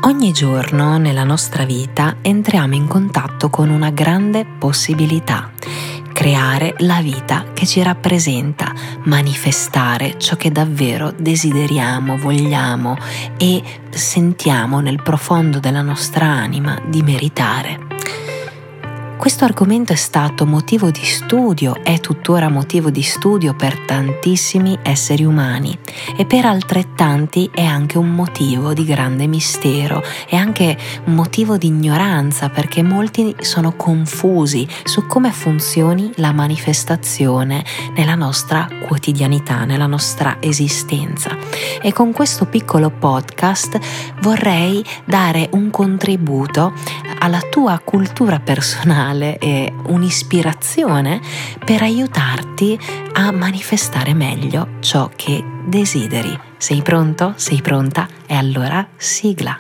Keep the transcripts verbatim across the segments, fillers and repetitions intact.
Ogni giorno nella nostra vita entriamo in contatto con una grande possibilità: creare la vita che ci rappresenta, manifestare ciò che davvero desideriamo, vogliamo e sentiamo nel profondo della nostra anima di meritare. Questo argomento è stato motivo di studio, è tuttora motivo di studio per tantissimi esseri umani e per altrettanti è anche un motivo di grande mistero, è anche un motivo di ignoranza perché molti sono confusi su come funzioni la manifestazione nella nostra quotidianità, nella nostra esistenza. E con questo piccolo podcast vorrei dare un contributo alla tua cultura personale e un'ispirazione per aiutarti a manifestare meglio ciò che desideri. Sei pronto? Sei pronta? E allora sigla!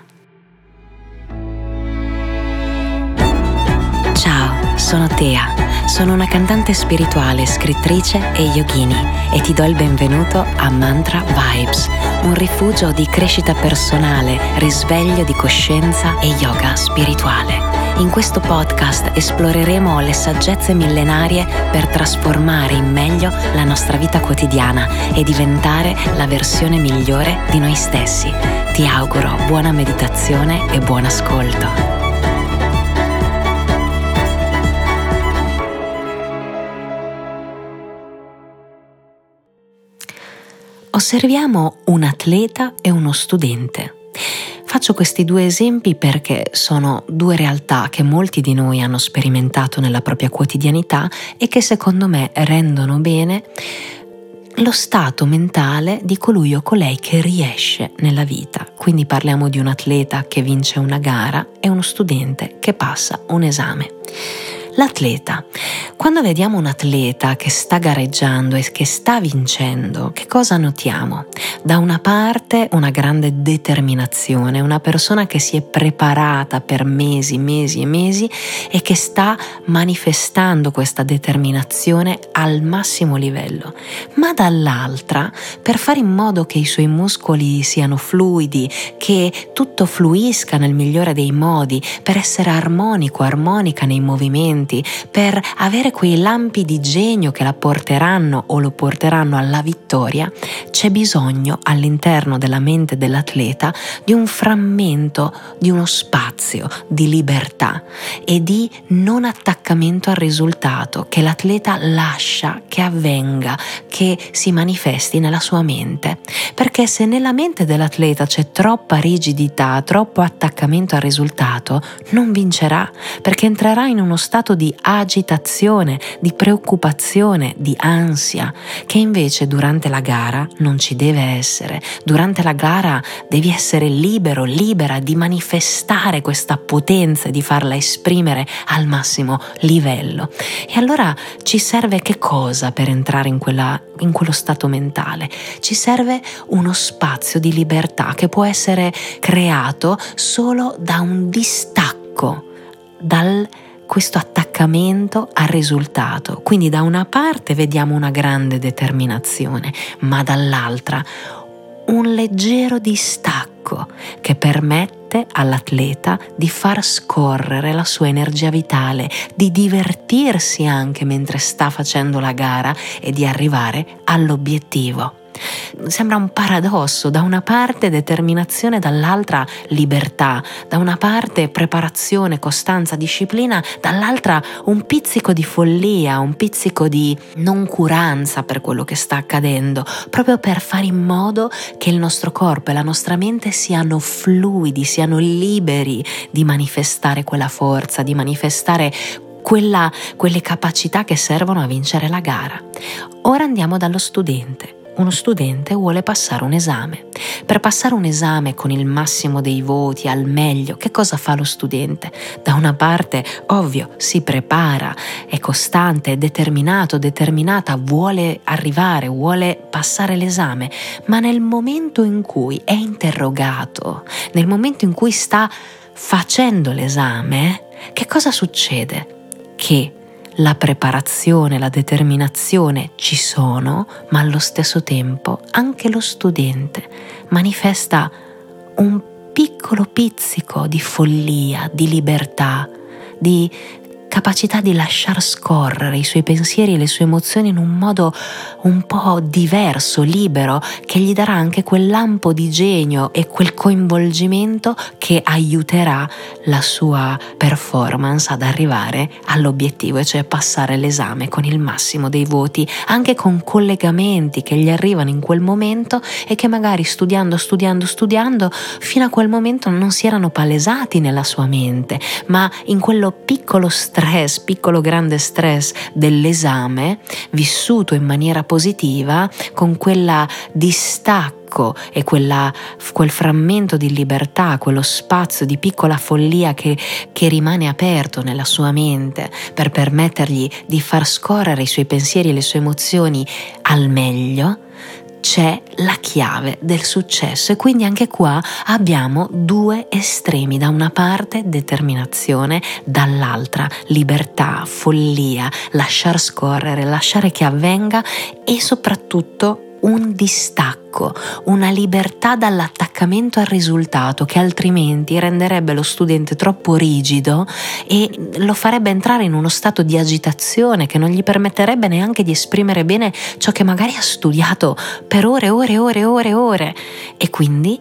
Ciao, sono Tea. Sono una cantante spirituale, scrittrice e yogini e ti do il benvenuto a Mantra Vibes, un rifugio di crescita personale, risveglio di coscienza e yoga spirituale. In questo podcast esploreremo le saggezze millenarie per trasformare in meglio la nostra vita quotidiana e diventare la versione migliore di noi stessi. Ti auguro buona meditazione e buon ascolto. Osserviamo un atleta e uno studente. Faccio questi due esempi perché sono due realtà che molti di noi hanno sperimentato nella propria quotidianità e che secondo me rendono bene lo stato mentale di colui o colei che riesce nella vita. Quindi parliamo di un atleta che vince una gara e uno studente che passa un esame. L'atleta. Quando vediamo un atleta che sta gareggiando e che sta vincendo, che cosa notiamo? Da una parte una grande determinazione, una persona che si è preparata per mesi, mesi e mesi e che sta manifestando questa determinazione al massimo livello. Ma dall'altra, per fare in modo che i suoi muscoli siano fluidi, che tutto fluisca nel migliore dei modi, per essere armonico, armonica nei movimenti, per avere quei lampi di genio che la porteranno o lo porteranno alla vittoria, c'è bisogno all'interno della mente dell'atleta di un frammento, di uno spazio di libertà e di non attaccamento al risultato che l'atleta lascia che avvenga, che si manifesti nella sua mente. Perché se nella mente dell'atleta c'è troppa rigidità, troppo attaccamento al risultato, non vincerà, perché entrerà in uno stato di agitazione, di preoccupazione, di ansia, che invece durante la gara non ci deve essere. Durante la gara devi essere libero, libera di manifestare questa potenza e di farla esprimere al massimo livello. E allora ci serve che cosa per entrare in quella, in quello stato mentale? Ci serve uno spazio di libertà che può essere creato solo da un distacco dal questo attaccamento al risultato. Quindi da una parte vediamo una grande determinazione, ma dall'altra un leggero distacco che permette all'atleta di far scorrere la sua energia vitale, di divertirsi anche mentre sta facendo la gara e di arrivare all'obiettivo. Sembra un paradosso, da una parte determinazione, dall'altra libertà, da una parte preparazione, costanza, disciplina, dall'altra un pizzico di follia, un pizzico di noncuranza per quello che sta accadendo, proprio per fare in modo che il nostro corpo e la nostra mente siano fluidi, siano liberi di manifestare quella forza, di manifestare quella, quelle capacità che servono a vincere la gara. Ora andiamo dallo studente. Uno studente vuole passare un esame. Per passare un esame con il massimo dei voti, al meglio, che cosa fa lo studente? Da una parte, ovvio, si prepara, è costante, è determinato, determinata, vuole arrivare, vuole passare l'esame, ma nel momento in cui è interrogato, nel momento in cui sta facendo l'esame, che cosa succede? Che la preparazione, la determinazione ci sono, ma allo stesso tempo anche lo studente manifesta un piccolo piccolo pizzico di follia, di libertà, di capacità di lasciar scorrere i suoi pensieri e le sue emozioni in un modo un po' diverso, libero, che gli darà anche quel lampo di genio e quel coinvolgimento che aiuterà la sua performance ad arrivare all'obiettivo, e cioè passare l'esame con il massimo dei voti, anche con collegamenti che gli arrivano in quel momento e che magari studiando, studiando, studiando, fino a quel momento non si erano palesati nella sua mente, ma in quello piccolo stress, piccolo grande stress dell'esame, vissuto in maniera positiva, con quella distacco e quella, quel frammento di libertà, quello spazio di piccola follia che, che rimane aperto nella sua mente per permettergli di far scorrere i suoi pensieri e le sue emozioni al meglio, c'è la chiave del successo. E quindi anche qua abbiamo due estremi: da una parte determinazione, dall'altra libertà, follia, lasciar scorrere, lasciare che avvenga, e soprattutto un distacco, una libertà dall'attaccamento al risultato che altrimenti renderebbe lo studente troppo rigido e lo farebbe entrare in uno stato di agitazione che non gli permetterebbe neanche di esprimere bene ciò che magari ha studiato per ore, ore, ore, ore, ore. E quindi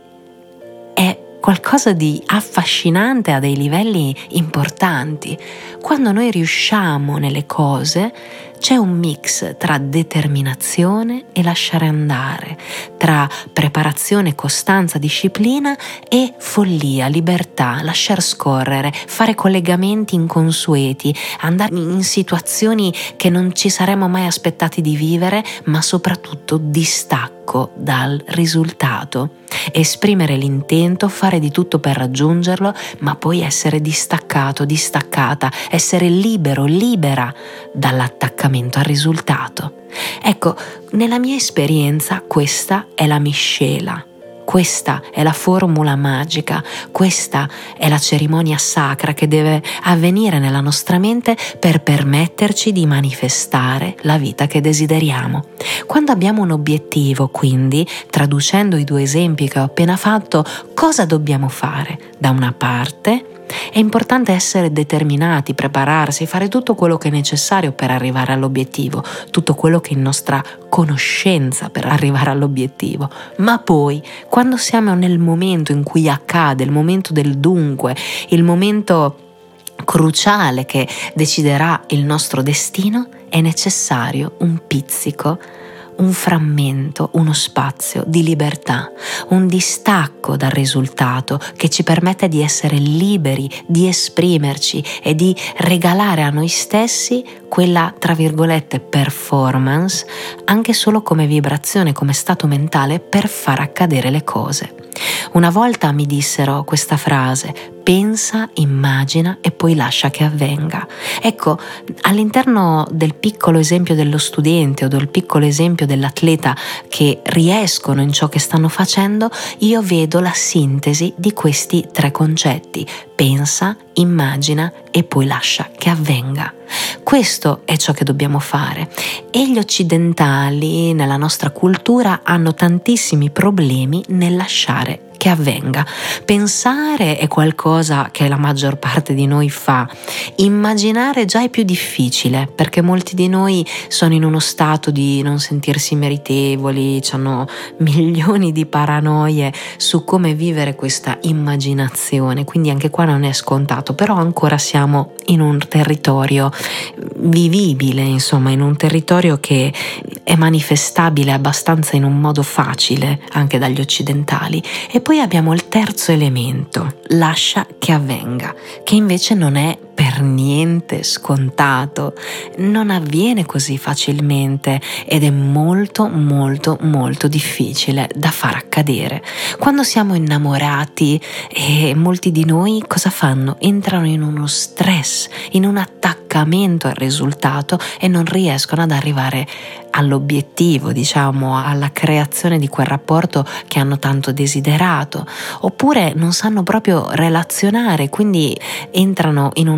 è qualcosa di affascinante a dei livelli importanti. Quando noi riusciamo nelle cose, c'è un mix tra determinazione e lasciare andare, tra preparazione, costanza, disciplina e follia, libertà, lasciar scorrere, fare collegamenti inconsueti, andare in situazioni che non ci saremmo mai aspettati di vivere, ma soprattutto distacco dal risultato. Esprimere l'intento, fare di tutto per raggiungerlo, ma poi essere distaccato, distaccata, essere libero, libera dall'attaccamento al risultato. Ecco, nella mia esperienza questa è la miscela. Questa è la formula magica, questa è la cerimonia sacra che deve avvenire nella nostra mente per permetterci di manifestare la vita che desideriamo. Quando abbiamo un obiettivo, quindi, traducendo i due esempi che ho appena fatto, cosa dobbiamo fare? Da una parte, è importante essere determinati, prepararsi, fare tutto quello che è necessario per arrivare all'obiettivo, tutto quello che è in nostra conoscenza per arrivare all'obiettivo. Ma poi, quando siamo nel momento in cui accade, il momento del dunque, il momento cruciale che deciderà il nostro destino, è necessario un pizzico, un frammento, uno spazio di libertà, un distacco dal risultato che ci permette di essere liberi, di esprimerci e di regalare a noi stessi quella, tra virgolette, performance, anche solo come vibrazione, come stato mentale, per far accadere le cose. Una volta mi dissero questa frase: pensa, immagina e poi lascia che avvenga. Ecco, all'interno del piccolo esempio dello studente o del piccolo esempio dell'atleta che riescono in ciò che stanno facendo, io vedo la sintesi di questi tre concetti: pensa, immagina e poi lascia che avvenga. Questo è ciò che dobbiamo fare, e gli occidentali nella nostra cultura hanno tantissimi problemi nel lasciare che avvenga. Pensare è qualcosa che la maggior parte di noi fa, immaginare già è più difficile, perché molti di noi sono in uno stato di non sentirsi meritevoli, hanno milioni di paranoie su come vivere questa immaginazione, quindi anche qua non è scontato, però ancora siamo in un territorio vivibile, insomma, in un territorio che è manifestabile abbastanza in un modo facile anche dagli occidentali. E poi abbiamo il terzo elemento, lascia che avvenga, che invece non è per niente scontato, non avviene così facilmente ed è molto molto molto difficile da far accadere. Quando siamo innamorati, e molti di noi cosa fanno? Entrano in uno stress, in un attaccamento al risultato e non riescono ad arrivare all'obiettivo, diciamo, alla creazione di quel rapporto che hanno tanto desiderato, oppure non sanno proprio relazionare, quindi entrano in un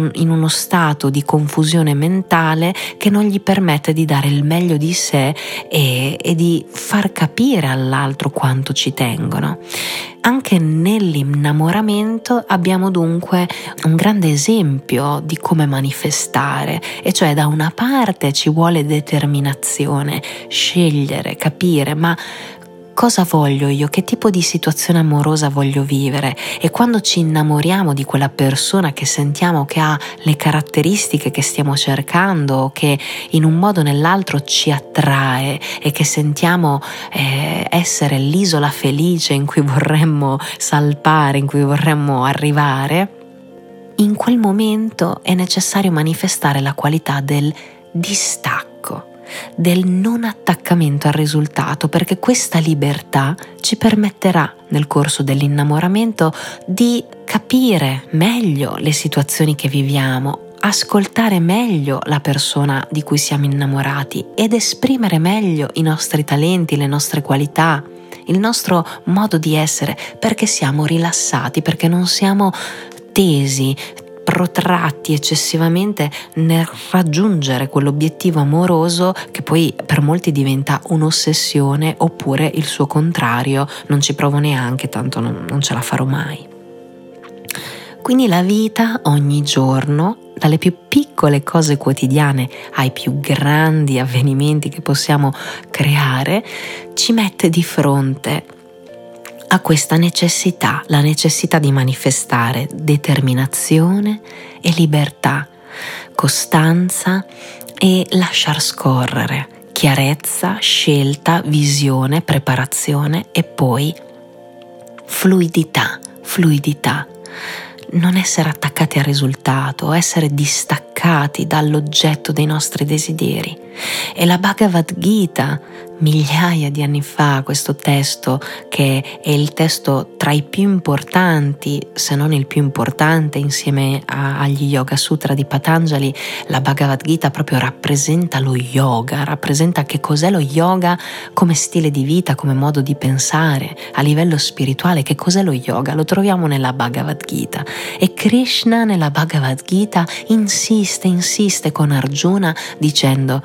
un, in uno stato di confusione mentale che non gli permette di dare il meglio di sé e, e di far capire all'altro quanto ci tengono. Anche nell'innamoramento abbiamo dunque un grande esempio di come manifestare, e cioè da una parte ci vuole determinazione, scegliere, capire, ma cosa voglio io? Che tipo di situazione amorosa voglio vivere? E quando ci innamoriamo di quella persona che sentiamo che ha le caratteristiche che stiamo cercando, o che in un modo o nell'altro ci attrae e che sentiamo eh, essere l'isola felice in cui vorremmo salpare, in cui vorremmo arrivare, in quel momento è necessario manifestare la qualità del distacco, del non attaccamento al risultato, perché questa libertà ci permetterà nel corso dell'innamoramento di capire meglio le situazioni che viviamo, ascoltare meglio la persona di cui siamo innamorati ed esprimere meglio i nostri talenti, le nostre qualità, il nostro modo di essere, perché siamo rilassati, perché non siamo tesi, protratti eccessivamente nel raggiungere quell'obiettivo amoroso che poi per molti diventa un'ossessione, oppure il suo contrario: non ci provo neanche, tanto non, non ce la farò mai. Quindi la vita ogni giorno, dalle più piccole cose quotidiane ai più grandi avvenimenti che possiamo creare, ci mette di fronte a questa necessità, la necessità di manifestare determinazione e libertà, costanza e lasciar scorrere, chiarezza, scelta, visione, preparazione e poi fluidità, fluidità. Non essere attaccati al risultato, essere distaccati dall'oggetto dei nostri desideri. E la Bhagavad Gita, migliaia di anni fa, questo testo che è il testo tra i più importanti, se non il più importante insieme a, agli Yoga Sutra di Patanjali, la Bhagavad Gita proprio rappresenta lo yoga, rappresenta che cos'è lo yoga come stile di vita, come modo di pensare a livello spirituale. Che cos'è lo yoga? Lo troviamo nella Bhagavad Gita, e Krishna nella Bhagavad Gita insiste, insiste con Arjuna dicendo: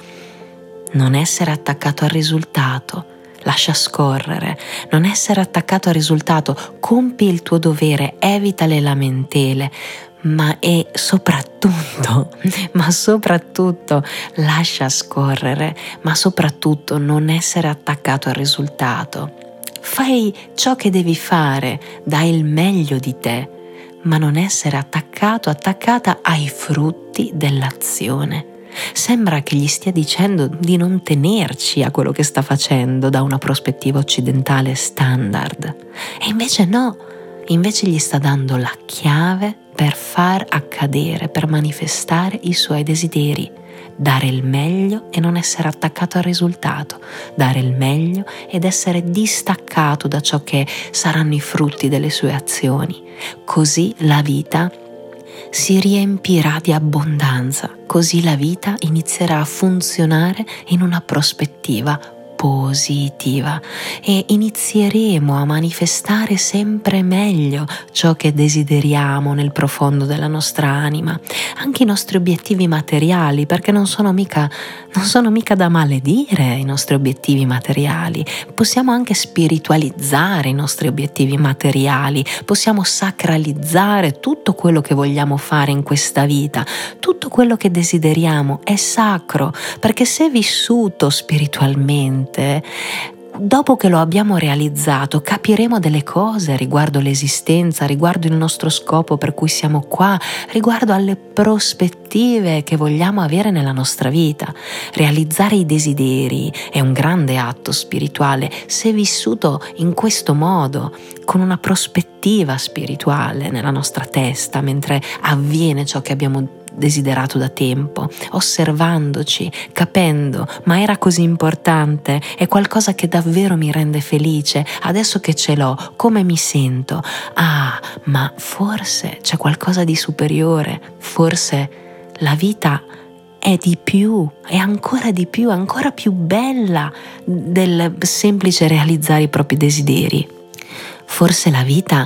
non essere attaccato al risultato, lascia scorrere, non essere attaccato al risultato, compi il tuo dovere, evita le lamentele, ma e soprattutto, ma soprattutto lascia scorrere, ma soprattutto non essere attaccato al risultato. Fai ciò che devi fare, dai il meglio di te, ma non essere attaccato, attaccata ai frutti dell'azione. Sembra che gli stia dicendo di non tenerci a quello che sta facendo da una prospettiva occidentale standard. E invece no, invece gli sta dando la chiave per far accadere, per manifestare i suoi desideri. Dare il meglio e non essere attaccato al risultato, dare il meglio ed essere distaccato da ciò che saranno i frutti delle sue azioni. Così la vita si riempirà di abbondanza, così la vita inizierà a funzionare in una prospettiva positiva e inizieremo a manifestare sempre meglio ciò che desideriamo nel profondo della nostra anima, anche i nostri obiettivi materiali, perché non sono mica non sono mica da maledire i nostri obiettivi materiali. Possiamo anche spiritualizzare i nostri obiettivi materiali, possiamo sacralizzare tutto quello che vogliamo fare in questa vita, tutto quello che desideriamo è sacro, perché se vissuto spiritualmente, dopo che lo abbiamo realizzato, capiremo delle cose riguardo l'esistenza, riguardo il nostro scopo per cui siamo qua, riguardo alle prospettive che vogliamo avere nella nostra vita. Realizzare i desideri è un grande atto spirituale se vissuto in questo modo, con una prospettiva spirituale nella nostra testa, mentre avviene ciò che abbiamo desiderato da tempo, osservandoci, capendo: ma era così importante, è qualcosa che davvero mi rende felice, adesso che ce l'ho, come mi sento? Ah, ma forse c'è qualcosa di superiore, forse la vita è di più, è ancora di più, ancora più bella del semplice realizzare i propri desideri. Forse la vita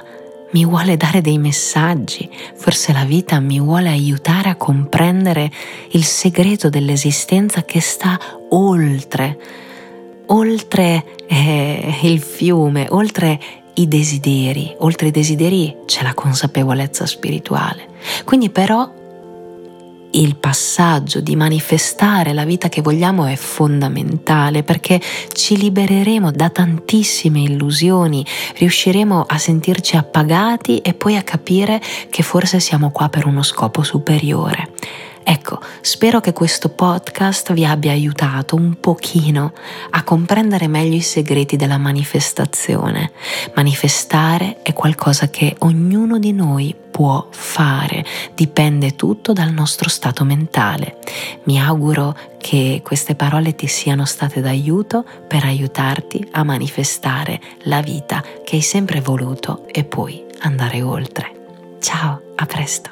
mi vuole dare dei messaggi, forse la vita mi vuole aiutare a comprendere il segreto dell'esistenza che sta oltre, oltre eh, il fiume, oltre i desideri. Oltre i desideri c'è la consapevolezza spirituale. Quindi però il passaggio di manifestare la vita che vogliamo è fondamentale, perché ci libereremo da tantissime illusioni, riusciremo a sentirci appagati e poi a capire che forse siamo qua per uno scopo superiore. Ecco, spero che questo podcast vi abbia aiutato un pochino a comprendere meglio i segreti della manifestazione. Manifestare è qualcosa che ognuno di noi può fare, dipende tutto dal nostro stato mentale. Mi auguro che queste parole ti siano state d'aiuto per aiutarti a manifestare la vita che hai sempre voluto e poi andare oltre. Ciao, a presto!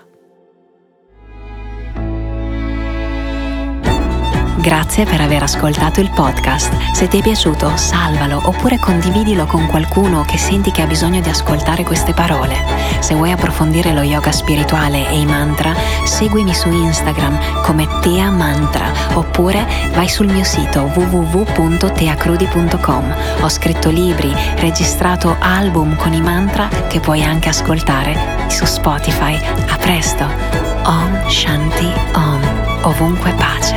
Grazie per aver ascoltato il podcast. Se ti è piaciuto, salvalo oppure condividilo con qualcuno che senti che ha bisogno di ascoltare queste parole. Se vuoi approfondire lo yoga spirituale e i mantra, seguimi su Instagram come Tea Mantra oppure vai sul mio sito w w w punto teacrudi punto com. Ho scritto libri, registrato album con i mantra che puoi anche ascoltare su Spotify. A presto! Om Shanti Om. Ovunque pace.